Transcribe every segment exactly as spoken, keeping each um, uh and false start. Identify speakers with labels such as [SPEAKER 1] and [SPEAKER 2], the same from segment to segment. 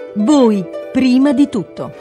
[SPEAKER 1] Voi, prima di tutto.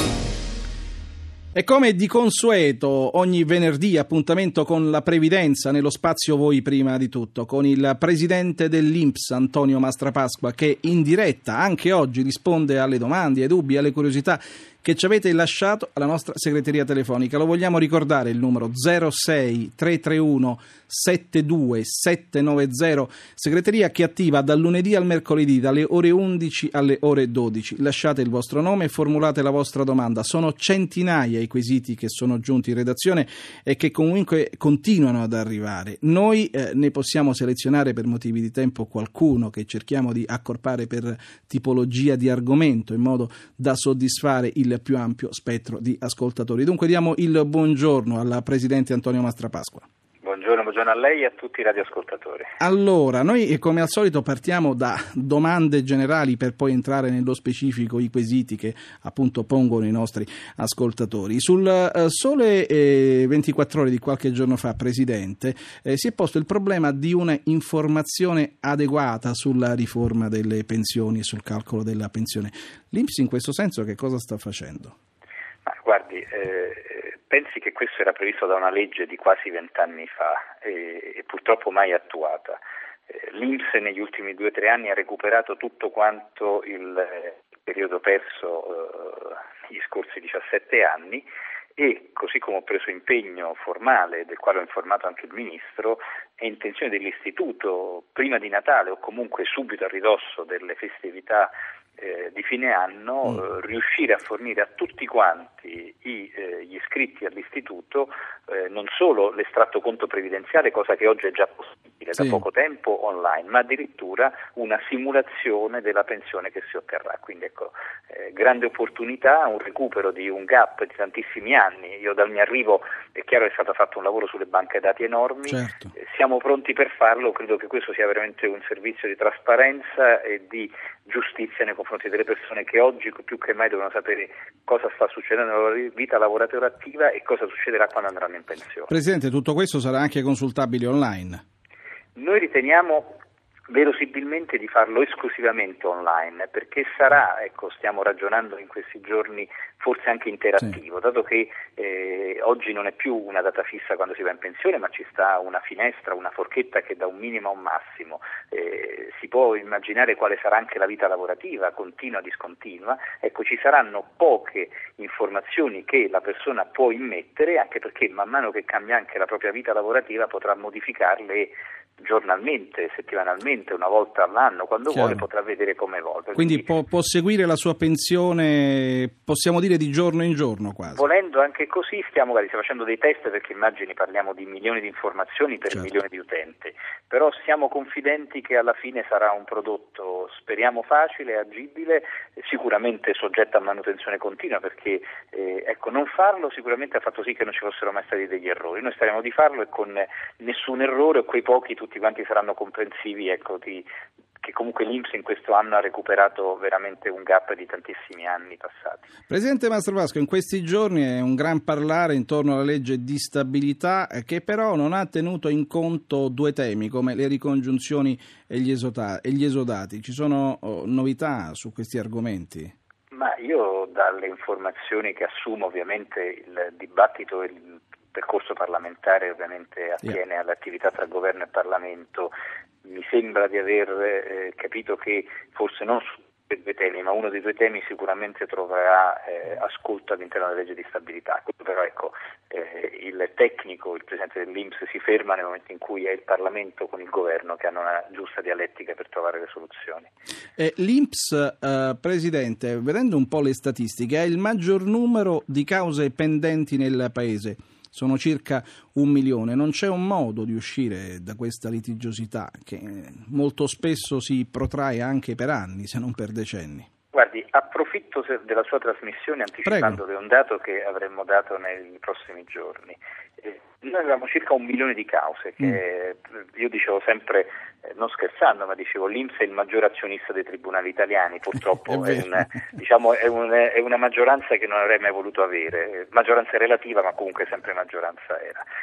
[SPEAKER 2] E come di consueto, ogni venerdì appuntamento con la previdenza nello spazio Voi prima di tutto, con il presidente dell'I N P S Antonio Mastrapasqua, che in diretta anche oggi risponde alle domande, ai dubbi, alle curiosità che ci avete lasciato alla nostra segreteria telefonica. Lo vogliamo ricordare, il numero zero sei tre tre uno sette due sette nove zero, segreteria che attiva dal lunedì al mercoledì dalle ore undici alle ore dodici. Lasciate il vostro nome e formulate la vostra domanda. Sono centinaia i quesiti che sono giunti in redazione e che comunque continuano ad arrivare. Noi eh, ne possiamo selezionare per motivi di tempo qualcuno che cerchiamo di accorpare per tipologia di argomento in modo da soddisfare il più ampio spettro di ascoltatori. Dunque diamo il buongiorno alla Presidente Antonio Mastrapasqua.
[SPEAKER 3] Buongiorno, buongiorno a lei e a tutti i radioascoltatori.
[SPEAKER 2] Allora, noi come al solito partiamo da domande generali per poi entrare nello specifico i quesiti che appunto pongono i nostri ascoltatori. Sul eh, Sole eh, ventiquattro Ore di qualche giorno fa, Presidente, eh, si è posto il problema di una informazione adeguata sulla riforma delle pensioni e sul calcolo della pensione. L'I N P S in questo senso che cosa sta facendo?
[SPEAKER 3] Ma guardi, eh, pensi che questo era previsto da una legge di quasi vent'anni fa e, e purtroppo mai attuata. Eh, L'I N P S negli ultimi due o tre anni ha recuperato tutto quanto il eh, periodo perso eh, negli scorsi diciassette anni e, così come ho preso impegno formale, del quale ho informato anche il Ministro, è intenzione dell'Istituto, prima di Natale o comunque subito a ridosso delle festività Eh, di fine anno, mm. eh, riuscire a fornire a tutti quanti i, eh, gli iscritti all'istituto eh, non solo l'estratto conto previdenziale, cosa che oggi è già possibile sì. da poco tempo online, ma addirittura una simulazione della pensione che si otterrà. Quindi ecco, eh, grande opportunità, un recupero di un gap di tantissimi anni. Io dal mio arrivo è chiaro che è stato fatto un lavoro sulle banche dati enormi,
[SPEAKER 2] certo.
[SPEAKER 3] eh, siamo pronti per farlo, credo che questo sia veramente un servizio di trasparenza e di giustizia nei confronti delle persone che oggi più che mai devono sapere cosa sta succedendo nella loro vita lavorativa attiva e cosa succederà quando andranno in pensione.
[SPEAKER 2] Presidente, tutto questo sarà anche consultabile online?
[SPEAKER 3] Noi riteniamo verosimilmente di farlo esclusivamente online, perché sarà, ecco, stiamo ragionando in questi giorni, forse anche interattivo, sì. dato che eh, oggi non è più una data fissa quando si va in pensione, ma ci sta una finestra, una forchetta che da un minimo a un massimo. Eh, si può immaginare quale sarà anche la vita lavorativa, continua, discontinua. Ecco, ci saranno poche informazioni che la persona può immettere, anche perché man mano che cambia anche la propria vita lavorativa potrà modificarle giornalmente, settimanalmente, una volta all'anno, quando Chiaro. vuole potrà vedere come evolve.
[SPEAKER 2] Quindi, Quindi può, può seguire la sua pensione, possiamo dire, di giorno in giorno quasi.
[SPEAKER 3] Volendo anche così, stiamo magari facendo dei test, perché immagini parliamo di milioni di informazioni per certo. milioni di utenti, però siamo confidenti che alla fine sarà un prodotto, speriamo facile, agibile, sicuramente soggetto a manutenzione continua, perché eh, ecco, non farlo sicuramente ha fatto sì che non ci fossero mai stati degli errori. Noi speriamo di farlo e con nessun errore, o quei pochi tutti quanti saranno comprensivi, ecco, di, che comunque l'I N P S in questo anno ha recuperato veramente un gap di tantissimi anni passati.
[SPEAKER 2] Presidente Mastrapasqua, in questi giorni è un gran parlare intorno alla legge di stabilità che però non ha tenuto in conto due temi come le ricongiunzioni e gli, esota- e gli esodati. Ci sono oh, novità su questi argomenti?
[SPEAKER 3] Ma io dalle informazioni che assumo, ovviamente il dibattito e il percorso parlamentare ovviamente attiene yeah. all'attività tra governo e Parlamento, mi sembra di aver eh, capito che forse non su due temi, ma uno dei due temi sicuramente troverà eh, ascolto all'interno della legge di stabilità. Però ecco, eh, il tecnico, il presidente dell'I N P S si ferma nel momento in cui è il Parlamento con il governo che hanno una giusta dialettica per trovare le soluzioni.
[SPEAKER 2] Eh, L'I N P S, eh, Presidente, vedendo un po' le statistiche, ha il maggior numero di cause pendenti nel Paese. Sono circa un milione. Non c'è un modo di uscire da questa litigiosità che molto spesso si protrae anche per anni, se non per decenni.
[SPEAKER 3] Guardi, approfitto della sua trasmissione anticipandole un dato che avremmo dato nei prossimi giorni. Eh, noi avevamo circa un milione di cause che mm. io dicevo sempre, eh, non scherzando, ma dicevo l'I N P S è il maggior azionista dei tribunali italiani, purtroppo è, è, una, diciamo, è, un, è una maggioranza che non avrei mai voluto avere, maggioranza relativa ma comunque sempre maggioranza era.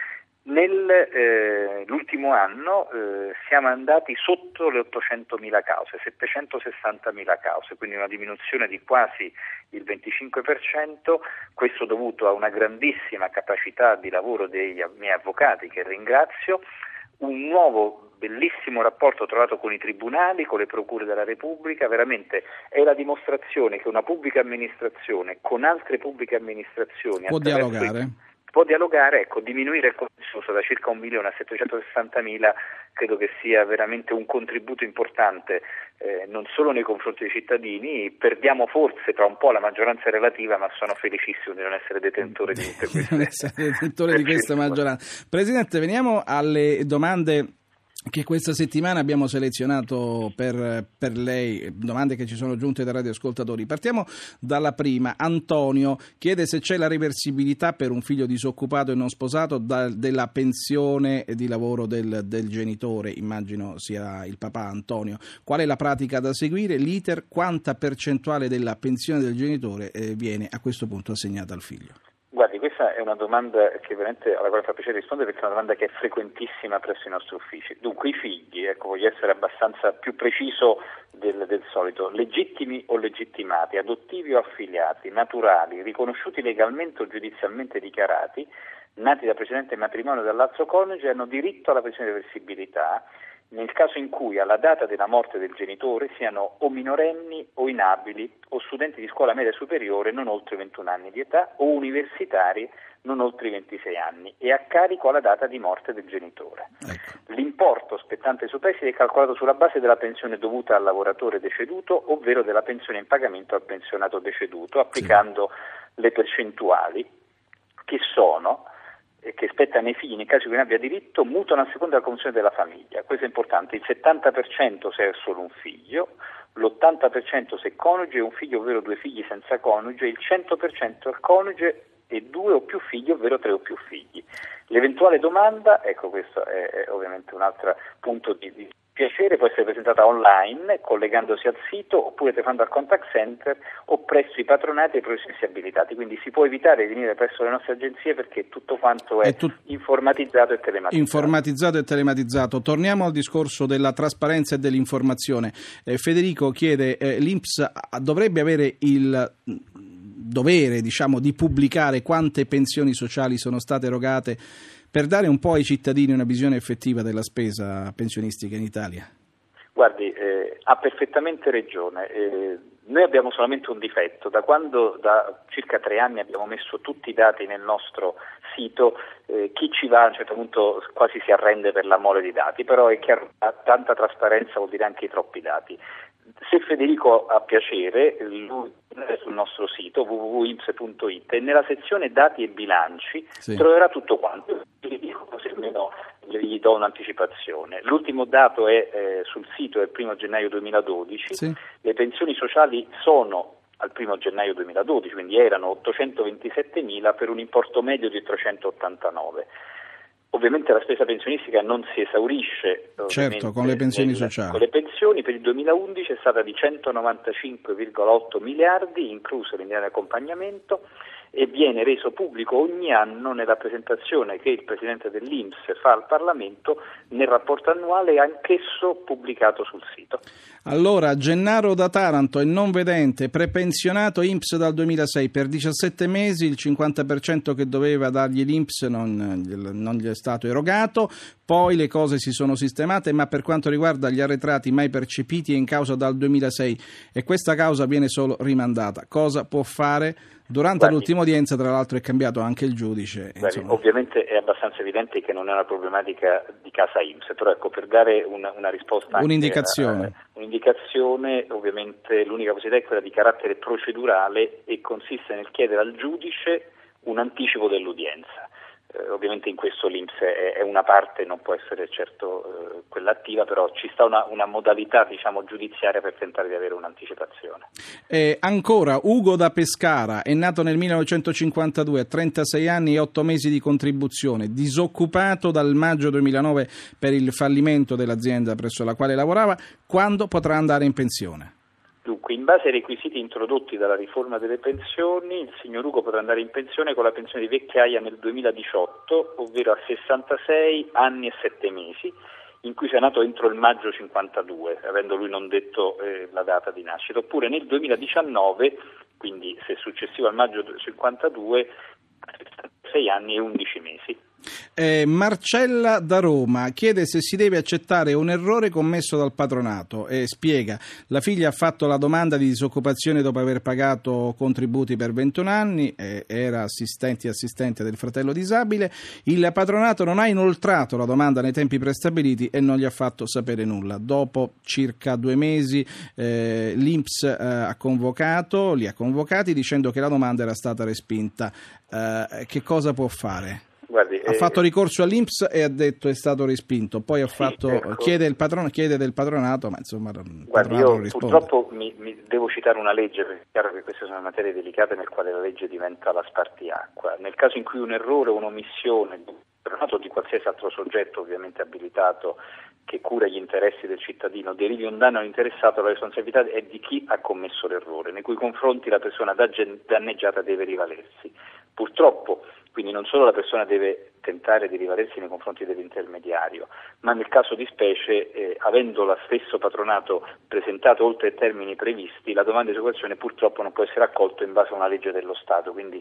[SPEAKER 3] Nell'ultimo eh, anno eh, siamo andati sotto le ottocentomila cause, settecentosessantamila cause, quindi una diminuzione di quasi il venticinque per cento, questo dovuto a una grandissima capacità di lavoro dei miei avvocati, che ringrazio, un nuovo bellissimo rapporto trovato con i tribunali, con le procure della Repubblica. Veramente è la dimostrazione che una pubblica amministrazione con altre pubbliche amministrazioni
[SPEAKER 2] può dialogare.
[SPEAKER 3] I, può dialogare, ecco, diminuire il contenzioso da circa un milione a settecentosessantamila, credo che sia veramente un contributo importante, eh, non solo nei confronti dei cittadini. Perdiamo forse tra un po' la maggioranza relativa, ma sono felicissimo di non essere detentore di tutte queste
[SPEAKER 2] non essere detentore di questa maggioranza. Presidente, veniamo alle domande che questa settimana abbiamo selezionato per, per lei, domande che ci sono giunte dai radioascoltatori. Partiamo dalla prima. Antonio chiede se c'è la reversibilità per un figlio disoccupato e non sposato da, della pensione di lavoro del, del genitore, immagino sia il papà Antonio. Qual è la pratica da seguire? L'iter, quanta percentuale della pensione del genitore eh, viene a questo punto assegnata al figlio?
[SPEAKER 3] Guardi, questa è una domanda che veramente alla quale fa piacere rispondere, perché è una domanda che è frequentissima presso i nostri uffici. Dunque, i figli, ecco, voglio essere abbastanza più preciso del, del solito, legittimi o legittimati, adottivi o affiliati, naturali, riconosciuti legalmente o giudizialmente dichiarati, nati da precedente matrimonio dall'altro coniuge, hanno diritto alla pensione di reversibilità nel caso in cui alla data della morte del genitore siano o minorenni o inabili o studenti di scuola media superiore non oltre ventuno anni di età o universitari non oltre i ventisei anni e a carico alla data di morte del genitore. Ecco. L'importo spettante ai superstiti è calcolato sulla base della pensione dovuta al lavoratore deceduto, ovvero della pensione in pagamento al pensionato deceduto, applicando sì. le percentuali che sono e che spettano ai figli nel caso in cui ne abbia diritto, mutano a seconda della condizione della famiglia. Questo è importante: il settanta per cento se è solo un figlio, l'ottanta per cento se coniuge e un figlio ovvero due figli senza coniuge, il cento per cento al coniuge e due o più figli ovvero tre o più figli. L'eventuale domanda, ecco, questo è, è ovviamente un altro punto di, di piacere, può essere presentata online collegandosi al sito oppure telefonando al contact center o presso i patronati e i professionisti abilitati. Quindi si può evitare di venire presso le nostre agenzie perché tutto quanto è, è tut... informatizzato e telematizzato.
[SPEAKER 2] Informatizzato e telematizzato. Torniamo al discorso della trasparenza e dell'informazione. Eh, Federico chiede, eh, l'I N P S dovrebbe avere il dovere, diciamo, di pubblicare quante pensioni sociali sono state erogate per dare un po' ai cittadini una visione effettiva della spesa pensionistica in Italia?
[SPEAKER 3] Guardi, eh, ha perfettamente ragione. Eh, noi abbiamo solamente un difetto. Da quando da circa tre anni abbiamo messo tutti i dati nel nostro sito, eh, chi ci va a un certo punto quasi si arrende per la mole di dati, però è chiaro che tanta trasparenza vuol dire anche i troppi dati. Se Federico ha piacere, lui è sul nostro sito w w w punto i n p s punto i t e nella sezione dati e bilanci sì. troverà tutto quanto. Gli dico, se almeno gli do un'anticipazione. L'ultimo dato è eh, sul sito, è il primo gennaio duemiladodici. Sì. Le pensioni sociali sono al primo gennaio duemiladodici, quindi erano ottocentoventisettemila per un importo medio di trecentottantanove. Ovviamente la spesa pensionistica non si esaurisce
[SPEAKER 2] certo con le pensioni nel, sociali.
[SPEAKER 3] Con le pensioni per il duemilaundici è stata di centonovantacinque virgola otto miliardi, incluso l'indennità di accompagnamento, e viene reso pubblico ogni anno nella presentazione che il Presidente dell'I N P S fa al Parlamento nel rapporto annuale, anch'esso pubblicato sul sito.
[SPEAKER 2] Allora, Gennaro da Taranto è non vedente, prepensionato I N P S dal duemilasei, per diciassette mesi il cinquanta per cento che doveva dargli l'I N P S non, non gli è stato erogato, poi le cose si sono sistemate, ma per quanto riguarda gli arretrati mai percepiti è in causa dal duemilasei e questa causa viene solo rimandata. Cosa può fare? Durante Guardi, l'ultima udienza, tra l'altro, è cambiato anche il giudice.
[SPEAKER 3] Guardi, ovviamente è abbastanza evidente che non è una problematica di casa I N P S, però ecco, per dare una, una risposta,
[SPEAKER 2] un'indicazione.
[SPEAKER 3] Anche a, un'indicazione, ovviamente l'unica possibilità è quella di carattere procedurale e consiste nel chiedere al giudice un anticipo dell'udienza. Eh, ovviamente in questo l'I N P S è, è una parte, non può essere certo eh, quella attiva, però ci sta una, una modalità, diciamo, giudiziaria per tentare di avere un'anticipazione.
[SPEAKER 2] Eh, ancora, Ugo da Pescara è nato nel millenovecentocinquantadue, ha trentasei anni e otto mesi di contribuzione, disoccupato dal maggio duemilanove per il fallimento dell'azienda presso la quale lavorava. Quando potrà andare in pensione?
[SPEAKER 3] Dunque, in base ai requisiti introdotti dalla riforma delle pensioni, il signor Ugo potrà andare in pensione con la pensione di vecchiaia nel duemiladiciotto, ovvero a sessantasei anni e sette mesi, in cui sia nato entro il maggio cinquantadue, avendo lui non detto eh, la data di nascita, oppure nel duemiladiciannove, quindi se successivo al maggio cinquantadue, sei anni e undici mesi.
[SPEAKER 2] Eh, Marcella da Roma chiede se si deve accettare un errore commesso dal patronato e spiega: la figlia ha fatto la domanda di disoccupazione dopo aver pagato contributi per ventuno anni, eh, era assistente e assistente del fratello disabile, il patronato non ha inoltrato la domanda nei tempi prestabiliti e non gli ha fatto sapere nulla. Dopo circa due mesi eh, l'I N P S eh, ha convocato, li ha convocati dicendo che la domanda era stata respinta. Eh, che cosa può fare?
[SPEAKER 3] Guardi,
[SPEAKER 2] ha fatto ricorso all'I N P S e ha detto è stato respinto, poi ha
[SPEAKER 3] sì,
[SPEAKER 2] fatto
[SPEAKER 3] ecco.
[SPEAKER 2] chiede, il patron, chiede del patronato, ma insomma
[SPEAKER 3] guardi, io purtroppo mi, mi devo citare una legge, perché è chiaro che queste sono materie delicate nel quale la legge diventa la spartiacqua. Nel caso in cui un errore o un'omissione del patronato o di qualsiasi altro soggetto ovviamente abilitato che cura gli interessi del cittadino derivi un danno all'interessato, la responsabilità è di chi ha commesso l'errore, nei cui confronti la persona danneggiata deve rivalersi. Purtroppo, quindi non solo la persona deve tentare di rivalersi nei confronti dell'intermediario, ma nel caso di specie, eh, avendo lo stesso patronato presentato oltre i termini previsti, la domanda di disoccupazione purtroppo non può essere accolta in base a una legge dello Stato, quindi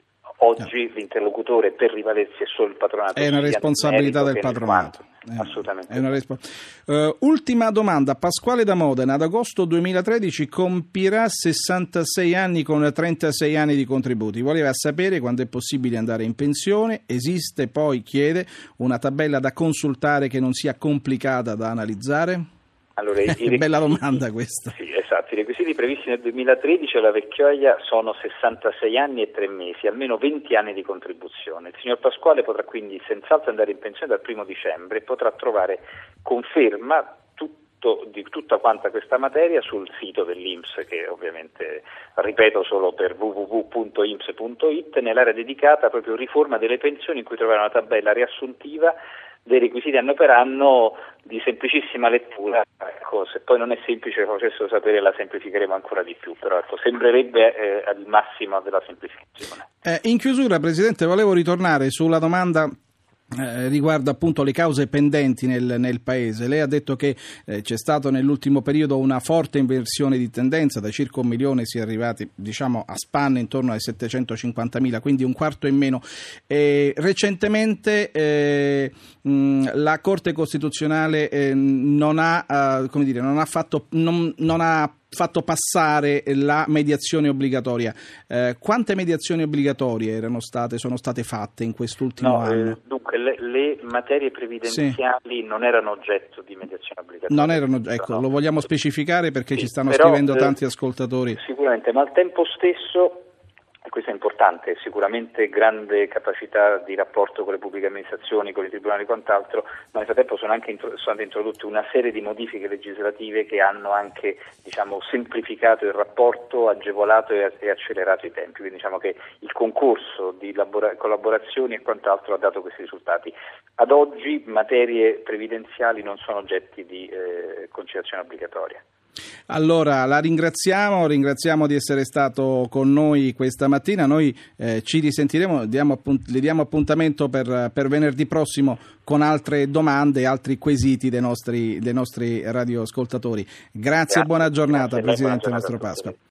[SPEAKER 3] oggi no. L'interlocutore per rivalersi è solo il patronato.
[SPEAKER 2] È una responsabilità del patronato.
[SPEAKER 3] Eh, Assolutamente.
[SPEAKER 2] È una respo- uh, ultima domanda. Pasquale da Modena, ad agosto duemilatredici compirà sessantasei anni con trentasei anni di contributi. Voleva sapere quando è possibile andare in pensione. Esiste poi, chiede, una tabella da consultare che non sia complicata da analizzare?
[SPEAKER 3] Allora, i requisiti,
[SPEAKER 2] bella domanda questa.
[SPEAKER 3] Sì, esatto. I requisiti previsti nel duemilatredici alla vecchiaia sono sessantasei anni e tre mesi, almeno venti anni di contribuzione. Il signor Pasquale potrà quindi senz'altro andare in pensione dal primo dicembre e potrà trovare conferma tutto, di tutta quanta questa materia sul sito dell'I N P S, che ovviamente ripeto solo per w w w punto i n p s punto i t, nell'area dedicata proprio riforma delle pensioni, in cui troverà una tabella riassuntiva dei requisiti anno per anno di semplicissima lettura. Ecco, se poi non è semplice facessero sapere, la semplificheremo ancora di più, però ecco, sembrerebbe eh, al massimo della semplificazione.
[SPEAKER 2] Eh, in chiusura, Presidente, volevo ritornare sulla domanda Eh, riguarda appunto le cause pendenti nel, nel Paese. Lei ha detto che eh, c'è stato nell'ultimo periodo una forte inversione di tendenza, da circa un milione si è arrivati diciamo a spanne intorno ai settecentocinquantamila, quindi un quarto in meno. E recentemente eh, mh, la Corte Costituzionale eh, non ha eh, come dire non ha fatto non, non ha fatto passare la mediazione obbligatoria. Eh, quante mediazioni obbligatorie erano state, sono state fatte in quest'ultimo
[SPEAKER 3] no,
[SPEAKER 2] anno?
[SPEAKER 3] Eh, dunque le, le materie previdenziali sì. non erano oggetto di mediazione obbligatoria.
[SPEAKER 2] Non erano, ecco, no. Lo vogliamo specificare perché sì, ci stanno
[SPEAKER 3] però,
[SPEAKER 2] scrivendo
[SPEAKER 3] eh,
[SPEAKER 2] tanti ascoltatori.
[SPEAKER 3] Sicuramente, ma al tempo stesso, e questo è importante, sicuramente grande capacità di rapporto con le pubbliche amministrazioni, con i tribunali e quant'altro, ma nel frattempo sono anche intro- sono state introdotte una serie di modifiche legislative che hanno anche diciamo, semplificato il rapporto, agevolato e, e accelerato i tempi, quindi diciamo che il concorso di labora- collaborazioni e quant'altro ha dato questi risultati. Ad oggi materie previdenziali non sono oggetti di eh, conciliazione obbligatoria.
[SPEAKER 2] Allora la ringraziamo, ringraziamo di essere stato con noi questa mattina. Noi eh, ci risentiremo, diamo appunt- le diamo appuntamento per, per venerdì prossimo con altre domande e altri quesiti dei nostri, dei nostri radioascoltatori. Grazie, Grazie e buona giornata, Grazie, Presidente buona giornata Mastro Pasqua.